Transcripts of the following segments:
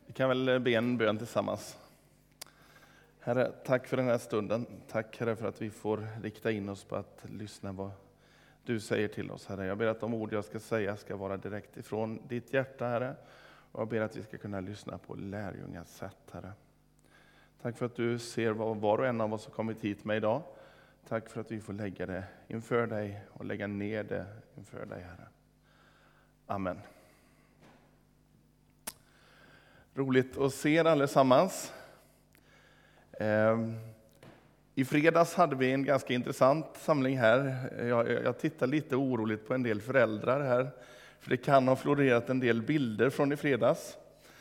Vi kan väl be en bön tillsammans. Herre, tack för den här stunden. Tack Herre för att vi får rikta in oss på att lyssna vad du säger till oss, Herre. Jag ber att de ord jag ska säga ska vara direkt ifrån ditt hjärta, Herre. Och jag ber att vi ska kunna lyssna på lärjungars sätt, Herre. Tack för att du ser vad var och en av oss har kommit hit med idag. Tack för att vi får lägga det inför dig och lägga ner det inför dig, Herre. Amen. Roligt att se er allesammans. I fredags hade vi en ganska intressant samling här. Jag tittar lite oroligt på en del föräldrar här. För det kan ha florerat en del bilder från i fredags.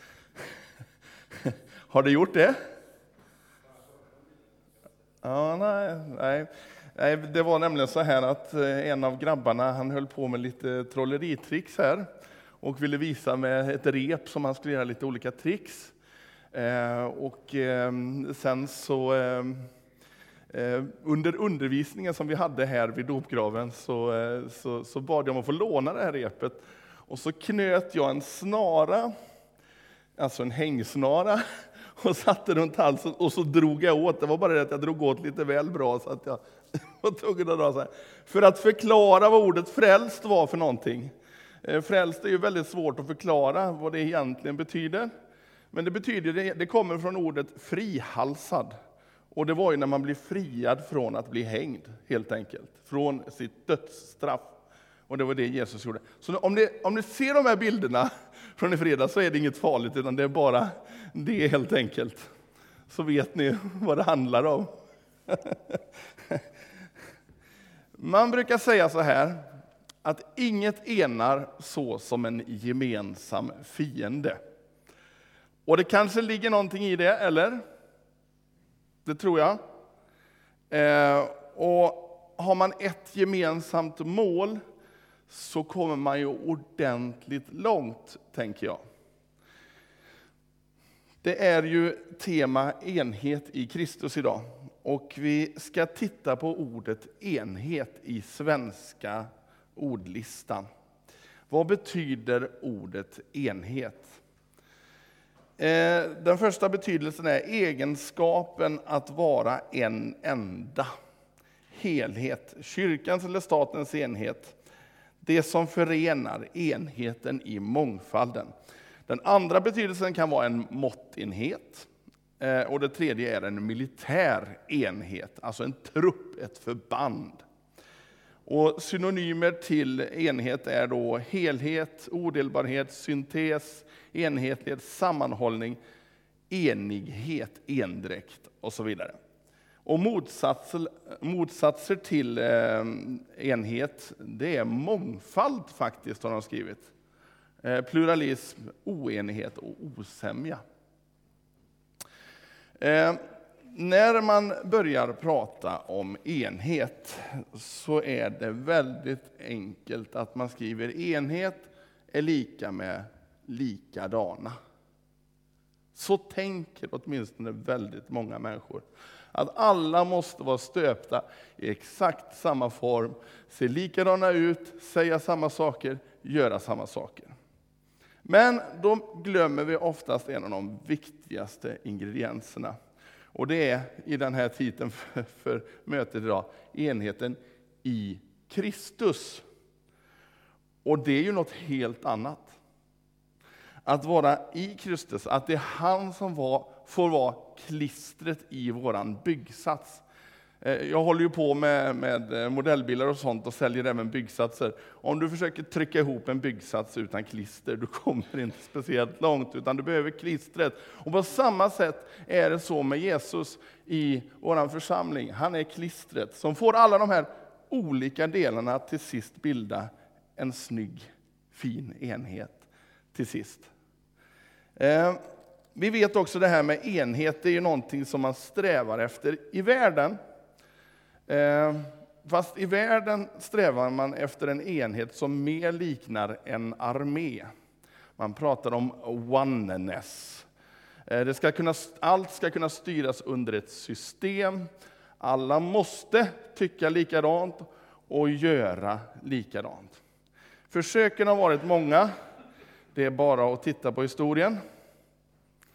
Har det gjort det? Ja, nej. Det var nämligen så här att en av grabbarna, han höll på med lite trolleritricks här. Och ville visa med ett rep som han skulle göra lite olika tricks. Sen så under undervisningen som vi hade här vid dopgraven så bad jag om att få låna det här repet. Och så knöt jag en snara, alltså en hängsnara, och satte runt halsen och så drog jag åt. Det var bara det att jag drog åt lite väl bra så att jag var tvungen att dra så här. För att förklara vad ordet frälst var för någonting. Frälst är ju väldigt svårt att förklara vad det egentligen betyder. Men det kommer från ordet frihalsad. Och det var ju när man blir friad från att bli hängd, helt enkelt. Från sitt dödsstraff. Och det var det Jesus gjorde. Så om ni ser de här bilderna från i fredag så är det inget farligt, utan det är bara det helt enkelt. Så vet ni vad det handlar om. Man brukar säga så här, att inget enar så som en gemensam fiende. Och det kanske ligger någonting i det, eller? Det tror jag. Och har man ett gemensamt mål så kommer man ju ordentligt långt, tänker jag. Det är ju tema enhet i Kristus idag. Och vi ska titta på ordet enhet i svenska ordlistan. Vad betyder ordet enhet? Den första betydelsen är egenskapen att vara en enda. Helhet, kyrkans eller statens enhet. Det som förenar, enheten i mångfalden. Den andra betydelsen kan vara en måttenhet. Och det tredje är en militär enhet, alltså en trupp, ett förband. Och synonymer till enhet är då helhet, odelbarhet, syntes, enhetlighet, sammanhållning, enighet, endräkt och så vidare. Och motsatser till enhet, det är mångfald faktiskt, har de skrivit. Pluralism, oenighet och osämja. När man börjar prata om enhet så är det väldigt enkelt att man skriver enhet är lika med likadana. Så tänker åtminstone väldigt många människor. Att alla måste vara stöpta i exakt samma form, se likadana ut, säga samma saker, göra samma saker. Men då glömmer vi oftast en av de viktigaste ingredienserna. Och det är i den här tiden för mötet idag, enheten i Kristus. Och det är ju något helt annat. Att vara i Kristus, att det är han som får vara klistret i våran byggsats. Jag håller ju på med modellbilar och sånt och säljer även byggsatser. Om du försöker trycka ihop en byggsats utan klister, du kommer inte speciellt långt, utan du behöver klistret. Och på samma sätt är det så med Jesus i våran församling. Han är klistret som får alla de här olika delarna till sist bilda en snygg, fin enhet till sist. Vi vet också det här med enhet, det är ju någonting som man strävar efter i världen. Fast i världen strävar man efter en enhet som mer liknar en armé. Man pratar om oneness. Allt ska kunna styras under ett system. Alla måste tycka likadant och göra likadant. Försöken har varit många. Det är bara att titta på historien.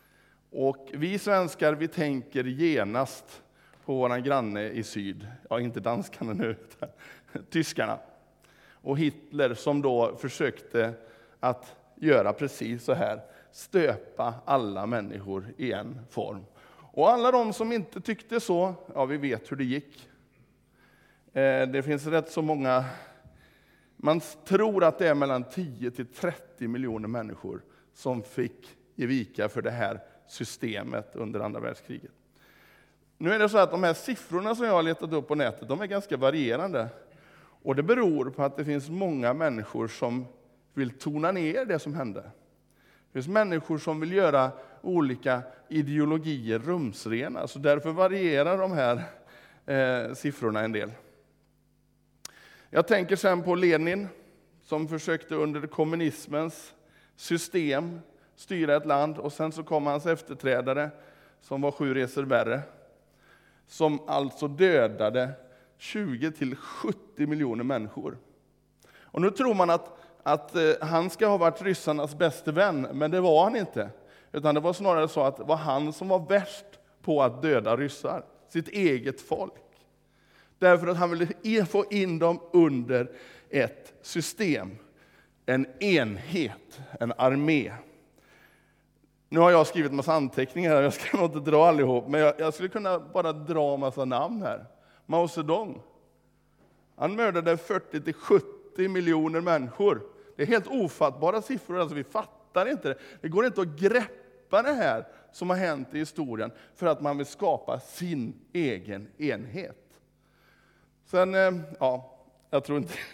Och vi svenskar, vi tänker genast på våran granne i syd. Ja, inte danskarna nu, utan tyskarna. Och Hitler som då försökte att göra precis så här. Stöpa alla människor i en form. Och alla de som inte tyckte så, ja, vi vet hur det gick. Det finns rätt så många, man tror att det är mellan 10 till 30 miljoner människor som fick ge vika för det här systemet under andra världskriget. Nu är det så att de här siffrorna som jag har letat upp på nätet, de är ganska varierande. Och det beror på att det finns många människor som vill tona ner det som hände. Det finns människor som vill göra olika ideologier rumsrena, så därför varierar de här siffrorna en del. Jag tänker sen på Lenin som försökte under kommunismens system styra ett land, och sen så kom hans efterträdare som var 7 resor värre, som alltså dödade 20 till 70 miljoner människor. Och nu tror man att han ska ha varit ryssarnas bäste vän, men det var han inte. Utan det var snarare så att det var han som var värst på att döda ryssar, sitt eget folk. Därför att han ville få in dem under ett system, en enhet, en armé. Nu har jag skrivit en massa anteckningar här, jag ska nog inte dra allihop, men jag skulle kunna bara dra en massa namn här. Mao Zedong, han mördade 40 till 70 miljoner människor. Det är helt ofattbara siffror, alltså vi fattar inte det. Det går inte att greppa det här som har hänt i historien för att man vill skapa sin egen enhet. Sen, ja, jag tror inte...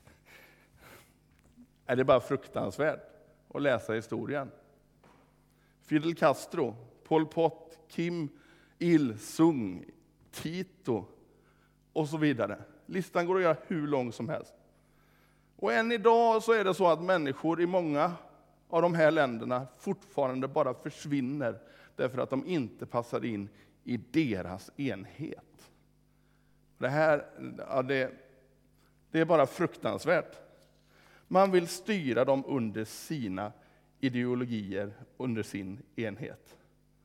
Är det bara fruktansvärt att läsa historien. Fidel Castro, Pol Pot, Kim Il-sung, Tito och så vidare. Listan går att göra hur lång som helst. Och än idag så är det så att människor i många av de här länderna fortfarande bara försvinner därför att de inte passar in i deras enhet. Det här, ja, det är bara fruktansvärt. Man vill styra dem under sina ideologier, under sin enhet.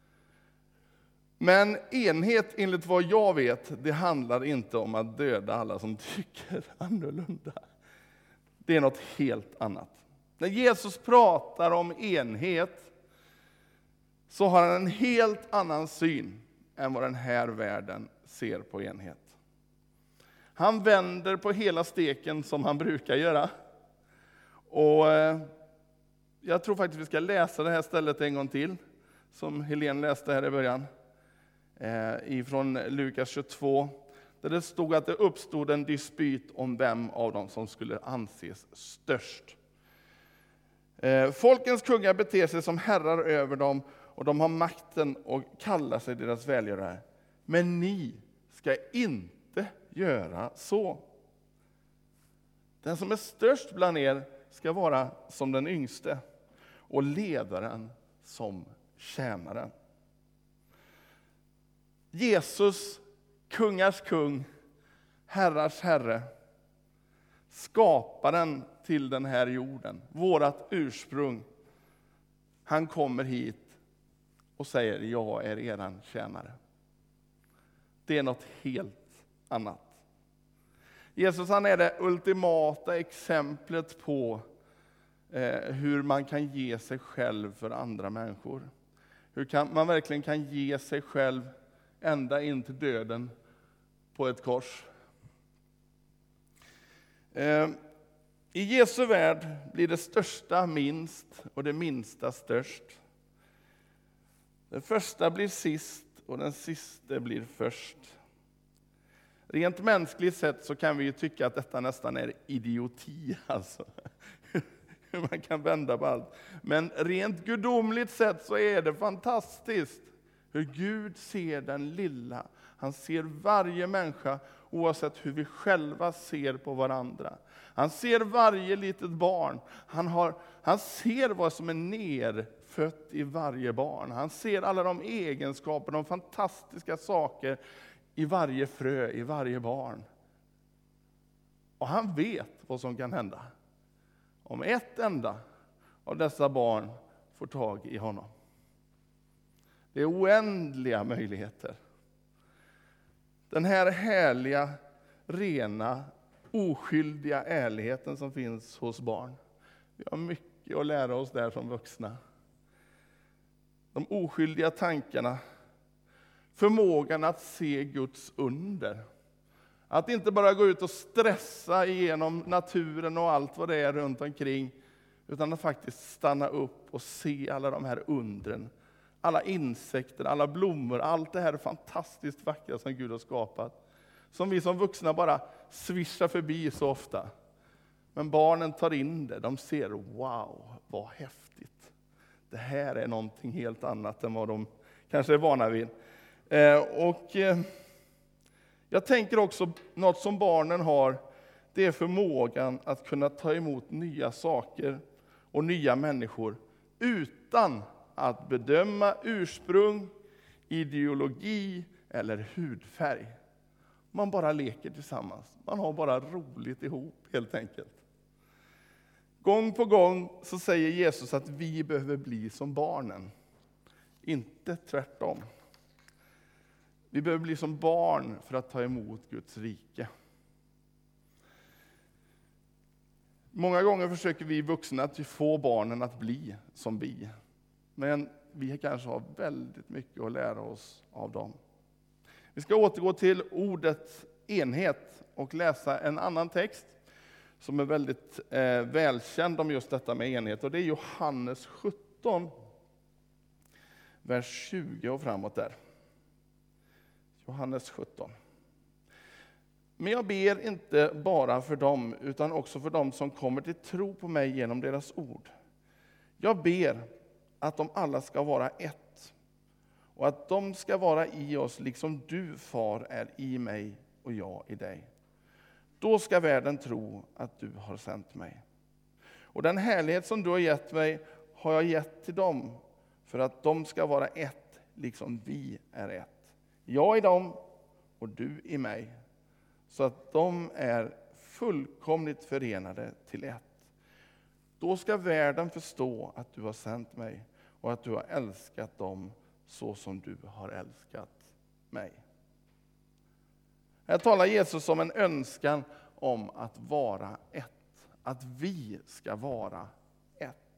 Men enhet, enligt vad jag vet, det handlar inte om att döda alla som tycker annorlunda. Det är något helt annat. När Jesus pratar om enhet så har han en helt annan syn än vad den här världen ser på enhet. Han vänder på hela steken som han brukar göra. Och jag tror faktiskt vi ska läsa det här stället en gång till, som Helene läste här i början. Ifrån Lukas 22, där det stod att det uppstod en dispyt om vem av dem som skulle anses störst. Folkens kungar beter sig som herrar över dem, och de har makten och kallar sig deras välgörare. Men ni ska inte göra så. Den som är störst bland er ska vara som den yngste, och ledaren som tjänaren. Jesus, kungars kung, herrars herre, skaparen till den här jorden, vårat ursprung. Han kommer hit och säger: jag är eran tjänare. Det är något helt annat. Jesus, han är det ultimata exemplet på hur man kan ge sig själv för andra människor. Hur man verkligen kan ge sig själv ända in till döden på ett kors. I Jesu värld blir det största minst och det minsta störst. Det första blir sist och den sista blir först. Rent mänskligt sett så kan vi ju tycka att detta nästan är idioti, alltså. Hur man kan vända på allt. Men rent gudomligt sett så är det fantastiskt hur Gud ser den lilla. Han ser varje människa oavsett hur vi själva ser på varandra. Han ser varje litet barn. Han ser vad som är nerfött i varje barn. Han ser alla de egenskaper, de fantastiska saker i varje frö, i varje barn. Och han vet vad som kan hända om ett enda av dessa barn får tag i honom. Det är oändliga möjligheter. Den här härliga, rena, oskyldiga ärligheten som finns hos barn. Vi har mycket att lära oss där som vuxna. De oskyldiga tankarna. Förmågan att se Guds under. Att inte bara gå ut och stressa igenom naturen och allt vad det är runt omkring. Utan att faktiskt stanna upp och se alla de här undren. Alla insekter, alla blommor, allt det här fantastiskt vackra som Gud har skapat. Som vi som vuxna bara svischar förbi så ofta. Men barnen tar in det, de ser wow, vad häftigt. Det här är någonting helt annat än vad de kanske är vana vid. Jag tänker också, något som barnen har, det är förmågan att kunna ta emot nya saker och nya människor utan att bedöma ursprung, ideologi eller hudfärg. Man bara leker tillsammans. Man har bara roligt ihop helt enkelt. Gång på gång så säger Jesus att vi behöver bli som barnen. Inte tvärtom. Vi behöver bli som barn för att ta emot Guds rike. Många gånger försöker vi vuxna att få barnen att bli som vi. Men vi kanske har väldigt mycket att lära oss av dem. Vi ska återgå till ordet enhet och läsa en annan text som är väldigt välkänd om just detta med enhet. Och det är Johannes 17, vers 20 och framåt där. Johannes 17. Men jag ber inte bara för dem, utan också för dem som kommer till tro på mig genom deras ord. Jag ber att de alla ska vara ett, och att de ska vara i oss liksom du, far, är i mig och jag i dig. Då ska världen tro att du har sänt mig. Och den härlighet som du har gett mig har jag gett till dem, för att de ska vara ett liksom vi är ett. Jag i dem och du i mig, så att de är fullkomligt förenade till ett. Då ska världen förstå att du har sänt mig och att du har älskat dem så som du har älskat mig. Här talar Jesus om en önskan om att vara ett. Att vi ska vara ett.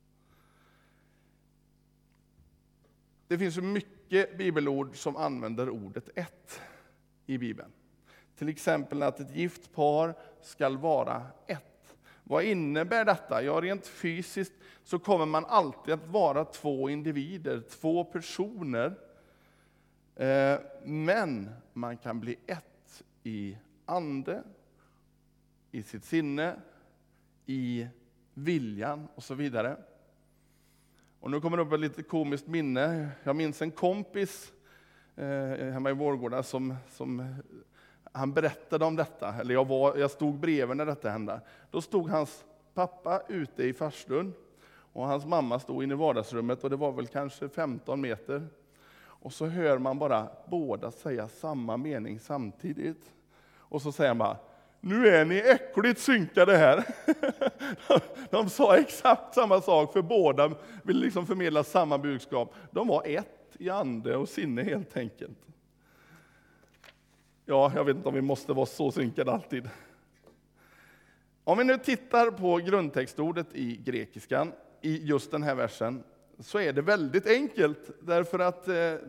Det finns ju mycket bibelord som använder ordet ett i Bibeln. Till exempel att ett gift par ska vara ett. Vad innebär detta? Ja, rent fysiskt så kommer man alltid att vara två individer, två personer. Men man kan bli ett i ande, i sitt sinne, i viljan och så vidare. Och nu kommer det upp ett lite komiskt minne. Jag minns en kompis hemma i Vårgårda som han berättade om detta. Eller jag stod bredvid när detta hände. Då stod hans pappa ute i farstun och hans mamma stod inne i vardagsrummet, och det var väl kanske 15 meter. Och så hör man bara båda säga samma mening samtidigt. Och så säger man: nu är ni äckligt synkade här. De sa exakt samma sak, för båda ville liksom förmedla samma budskap. De var ett i ande och sinne helt enkelt. Ja, jag vet inte om vi måste vara så synkade alltid. Om vi nu tittar på grundtextordet i grekiskan, i just den här versen, så är det väldigt enkelt. Därför att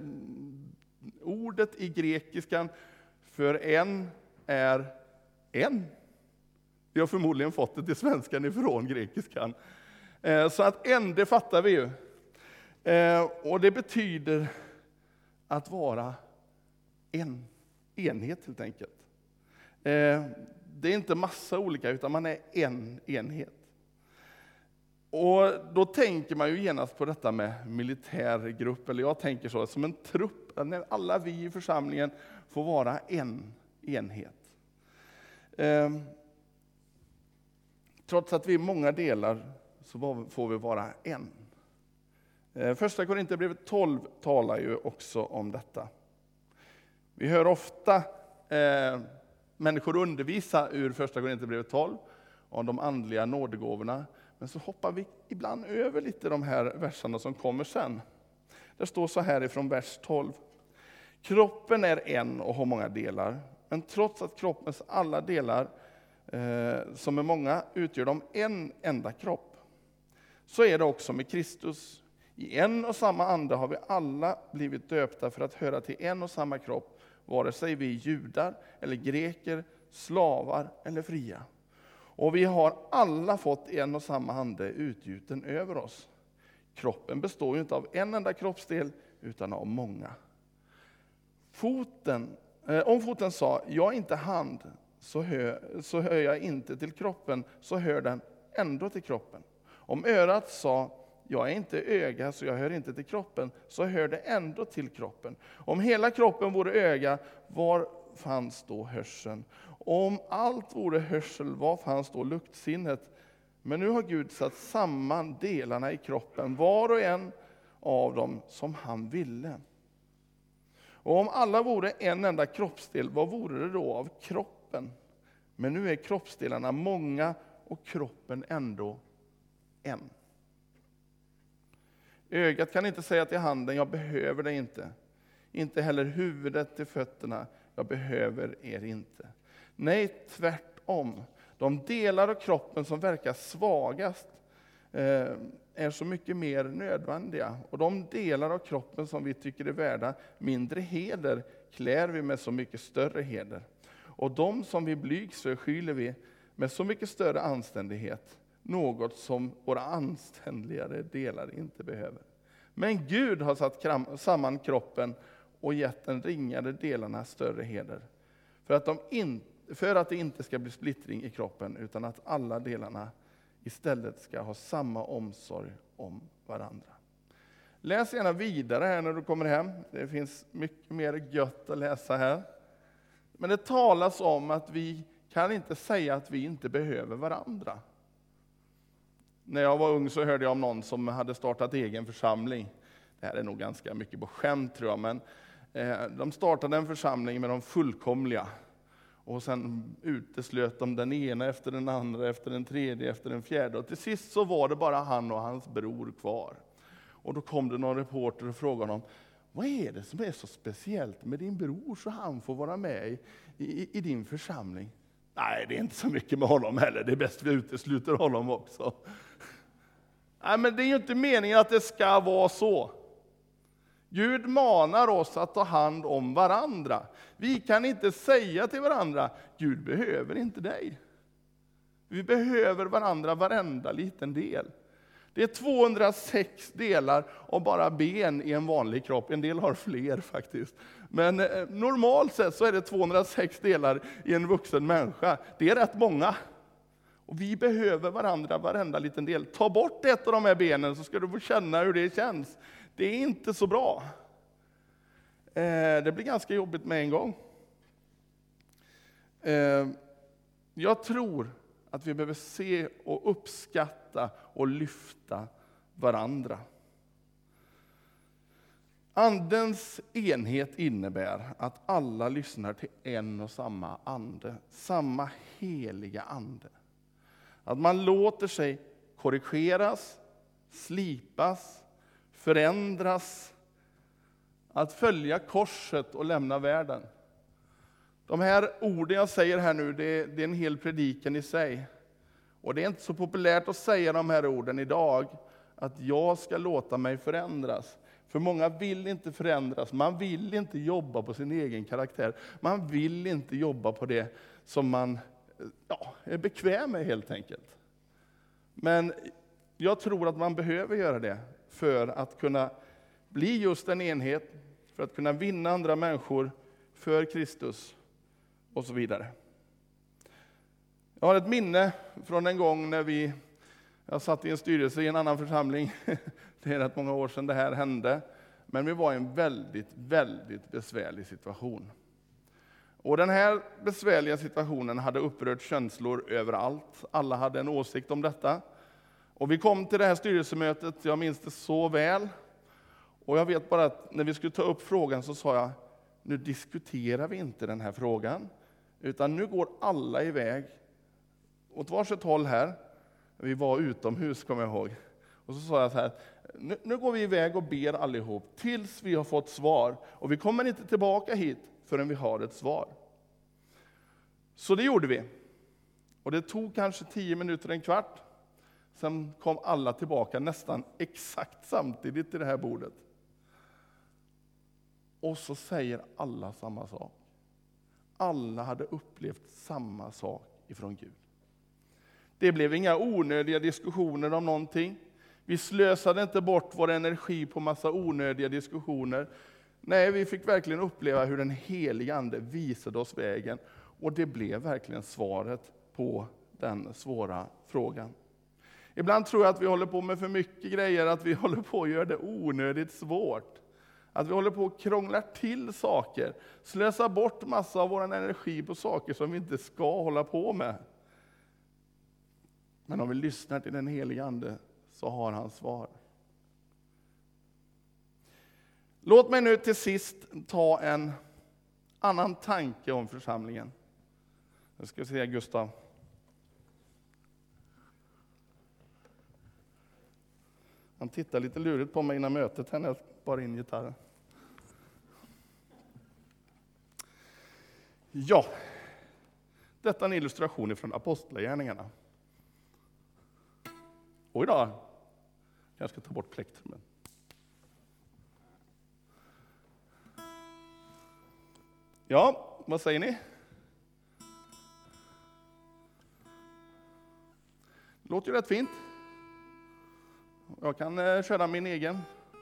ordet i grekiskan för en är en. Vi har förmodligen fått det till svenskan ifrån grekiskan. Så att en, det fattar vi ju. Och det betyder att vara en enhet helt enkelt. Det är inte massa olika, utan man är en enhet. Och då tänker man ju genast på detta med militärgrupp, eller jag tänker så, som en trupp, när alla vi i församlingen får vara en enhet. Trots att vi är många delar så får vi vara en. Första Korinthierbrevet 12 talar ju också om detta. Vi hör ofta människor undervisa ur första Korinthierbrevet 12 om de andliga nådegåvorna. Men så hoppar vi ibland över lite de här verserna som kommer sen. Det står så här ifrån vers 12. Kroppen är en och har många delar, men trots att kroppens alla delar som är många utgör de en enda kropp. Så är det också med Kristus. I en och samma ande har vi alla blivit döpta för att höra till en och samma kropp, vare sig vi är judar eller greker, slavar eller fria. Och vi har alla fått en och samma ande utgjuten över oss. Kroppen består ju inte av en enda kroppsdel utan av många. Om foten sa, jag är inte hand, så hör jag inte till kroppen, så hör den ändå till kroppen. Om örat sa, jag är inte öga, så jag hör inte till kroppen, så hör det ändå till kroppen. Om hela kroppen vore öga, var fanns då hörseln? Och om allt vore hörsel, var fanns då luktsinnet? Men nu har Gud satt samman delarna i kroppen, var och en av dem som han ville. Och om alla vore en enda kroppsdel, vad vore det då av kroppen? Men nu är kroppsdelarna många och kroppen ändå en. Ögat kan inte säga till handen, jag behöver dig inte. Inte heller huvudet till fötterna, jag behöver er inte. Nej, tvärtom. De delar av kroppen som verkar svagast är så mycket mer nödvändiga. Och de delar av kroppen som vi tycker är värda mindre heder klär vi med så mycket större heder. Och de som vi blygs för skyller vi med så mycket större anständighet. Något som våra anständigare delar inte behöver. Men Gud har satt samman kroppen och gett den ringare delarna större heder. För att det inte ska bli splittring i kroppen, utan att alla delarna istället ska ha samma omsorg om varandra. Läs gärna vidare här när du kommer hem. Det finns mycket mer gött att läsa här. Men det talas om att vi kan inte säga att vi inte behöver varandra. När jag var ung så hörde jag om någon som hade startat egen församling. Det här är nog ganska mycket på skämt tror jag, men de startade en församling med de fullkomliga. Och sen uteslöt de den ena efter den andra, efter den tredje, efter den fjärde. Och till sist så var det bara han och hans bror kvar. Och då kom det någon reporter och frågade honom, vad är det som är så speciellt med din bror så han får vara med i din församling? Nej, det är inte så mycket med honom heller. Det är bäst vi utesluter honom också. Nej, men det är ju inte meningen att det ska vara så. Gud manar oss att ta hand om varandra. Vi kan inte säga till varandra, Gud behöver inte dig. Vi behöver varandra varenda liten del. Det är 206 delar och bara ben i en vanlig kropp. En del har fler faktiskt. Men normalt sett så är det 206 delar i en vuxen människa. Det är rätt många. Och vi behöver varandra varenda liten del. Ta bort ett av de här benen så ska du få känna hur det känns. Det är inte så bra. Det blir ganska jobbigt med en gång. Jag tror att vi behöver se och uppskatta och lyfta varandra. Andens enhet innebär att alla lyssnar till en och samma ande. Samma heliga ande. Att man låter sig korrigeras, slipas, förändras. Att följa korset och lämna världen. De här orden jag säger här nu, det är en hel predikan i sig. Och det är inte så populärt att säga de här orden idag. Att jag ska låta mig förändras. För många vill inte förändras. Man vill inte jobba på sin egen karaktär. Man vill inte jobba på det som man är bekväm med helt enkelt. Men jag tror att man behöver göra det för att kunna bli just en enhet, för att kunna vinna andra människor för Kristus och så vidare. Jag har ett minne från en gång när jag satt i en styrelse i en annan församling. Det är rätt många år sedan det här hände. Men vi var i en väldigt, väldigt besvärlig situation. Och den här besvärliga situationen hade upprört känslor överallt. Alla hade en åsikt om detta. Och vi kom till det här styrelsemötet, jag minns det så väl. Och jag vet bara att när vi skulle ta upp frågan så sa jag, nu diskuterar vi inte den här frågan. Utan nu går alla iväg åt varsitt håll här. Vi var utomhus kommer jag ihåg. Och så sa jag så här, nu går vi iväg och ber allihop tills vi har fått svar. Och vi kommer inte tillbaka hit förrän vi har ett svar. Så det gjorde vi. Och det tog kanske 10 minuter, en kvart. Sen kom alla tillbaka nästan exakt samtidigt till det här bordet. Och så säger alla samma sak. Alla hade upplevt samma sak ifrån Gud. Det blev inga onödiga diskussioner om någonting. Vi slösade inte bort vår energi på massa onödiga diskussioner. Nej, vi fick verkligen uppleva hur den heliga Ande visade oss vägen. Och det blev verkligen svaret på den svåra frågan. Ibland tror jag att vi håller på med för mycket grejer, att vi håller på att göra det onödigt svårt. Att vi håller på att krångla till saker, slösa bort massa av vår energi på saker som vi inte ska hålla på med. Men om vi lyssnar till den heliga Ande så har han svar. Låt mig nu till sist ta en annan tanke om församlingen. Jag ska säga Gustav. Han tittar lite lurigt på mig innan mötet här när jag bar in gitarren. Ja, detta är en illustration från Apostlagärningarna. Oj då, jag ska ta bort plektrumen. Ja, vad säger ni? Det låter ju rätt fint. Jag kan köra min egen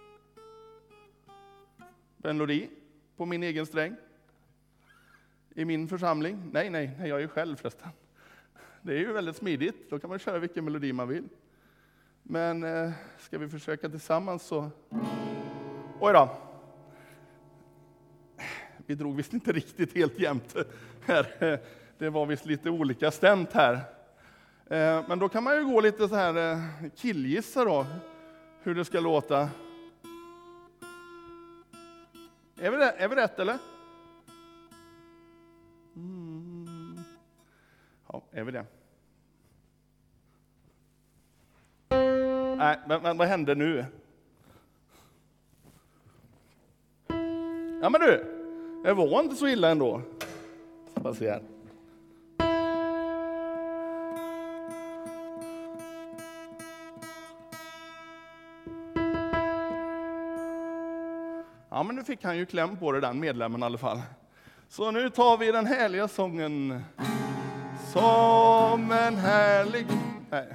melodi på min egen sträng. I min församling. Nej, jag är själv förresten. Det är ju väldigt smidigt. Då kan man köra vilken melodi man vill. Men ska vi försöka tillsammans så... Oj då. Vi drog visst inte riktigt helt jämnt här. Det var visst lite olika stämt här. Men då kan man ju gå lite så här killgissa då. Hur det ska låta. Är vi rätt eller? Ja, är vi det? Nej, men vad hände nu? Ja men du, det var inte så illa ändå. Så bara se här. Ja men nu fick han ju kläm på det, den medlemmen i alla fall. Så nu tar vi den härliga sången. Som en härlig... Nej.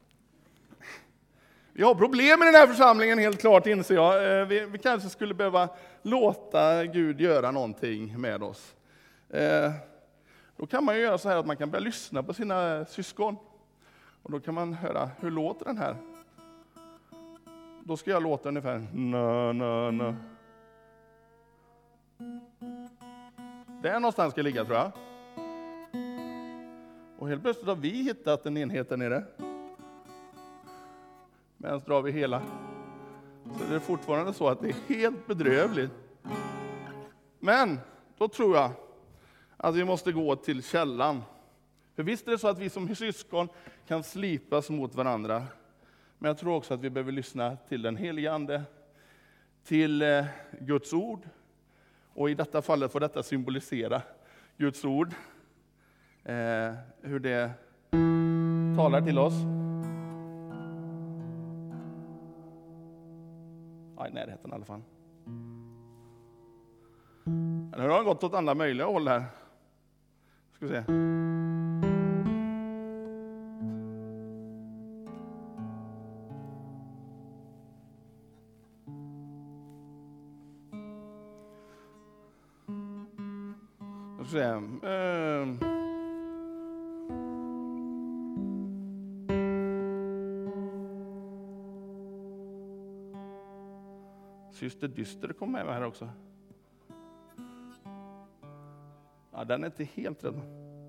Vi har problem i den här församlingen helt klart, inser jag. Vi kanske skulle behöva låta Gud göra någonting med oss. Då kan man ju göra så här att man kan börja lyssna på sina syskon. Och då kan man höra, hur låter den här? Då ska jag låta ungefär na. Där någonstans ska ligga tror jag. Och helt plötsligt har vi hittat en enhet där nere. Men drar vi hela. Så det är fortfarande så att det är helt bedrövligt. Men då tror jag att vi måste gå till källan. För visst är det så att vi som syskon kan slipas mot varandra. Men jag tror också att vi behöver lyssna till den heliga Ande. Till Guds ord. Och i detta fallet får detta symbolisera Guds ord. Hur det talar till oss. Ja, i närheten i alla fall. Eller har gått åt andra möjliga håll här. Ska vi se. Syster Dyster kom med här också. Ja, den är inte helt rädd.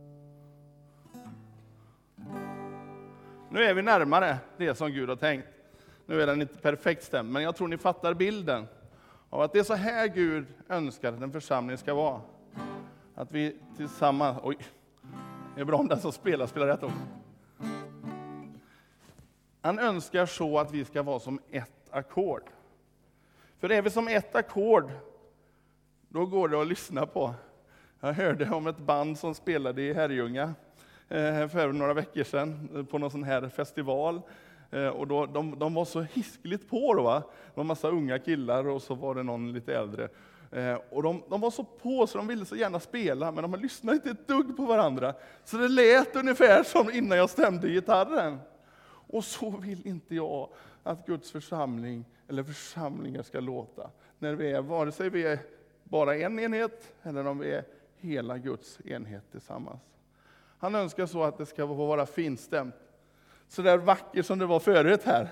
Nu är vi närmare det som Gud har tänkt. Nu är den inte perfekt stämd, men jag tror ni fattar bilden av att det är så här Gud önskar att en församling ska vara. Att vi tillsammans... Oj, det är bra om den som spelar rätt också. Han önskar så att vi ska vara som ett ackord. För är vi som ett ackord, då går det att lyssna på. Jag hörde om ett band som spelade i Herrljunga för några veckor sedan på någon sån här festival. Och då, de var så hiskligt på då, va? Det var en massa unga killar och så var det någon lite äldre. Och de var så på så de ville så gärna spela, men de lyssnade inte ett dugg på varandra. Så det lät ungefär som innan jag stämde gitarren. Och så vill inte jag att Guds församling eller församlingar ska låta. När vi är, vare sig vi är bara en enhet eller om vi är hela Guds enhet tillsammans. Han önskar så att det ska vara finstämt. Så där vackert som det var förut här.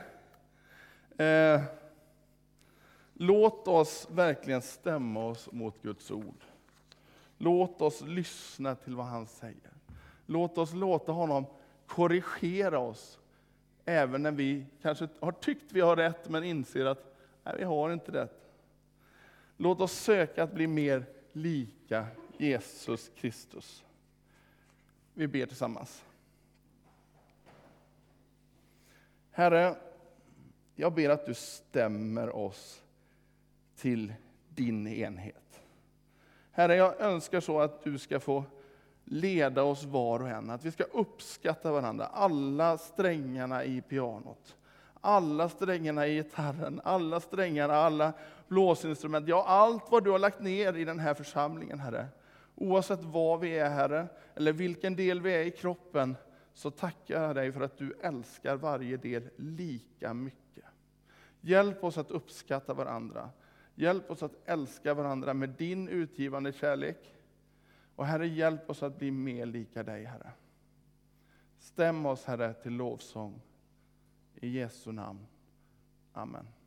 Låt oss verkligen stämma oss mot Guds ord. Låt oss lyssna till vad han säger. Låt oss låta honom korrigera oss. Även när vi kanske har tyckt vi har rätt men inser att nej, vi har inte rätt. Låt oss söka att bli mer lika Jesus Kristus. Vi ber tillsammans. Herre, jag ber att du stämmer oss till din enhet. Herre, jag önskar så att du ska få leda oss var och en. Att vi ska uppskatta varandra. Alla strängarna i pianot. Alla strängarna i gitarren. Alla strängarna, alla blåsinstrument. Ja, allt vad du har lagt ner i den här församlingen, Herre. Oavsett vad vi är, Herre. Eller vilken del vi är i kroppen. Så tackar jag dig för att du älskar varje del lika mycket. Hjälp oss att uppskatta varandra. Hjälp oss att älska varandra med din utgivande kärlek. Och Herre, hjälp oss att bli mer lika dig, Herre. Stäm oss, Herre, till lovsång. I Jesu namn. Amen.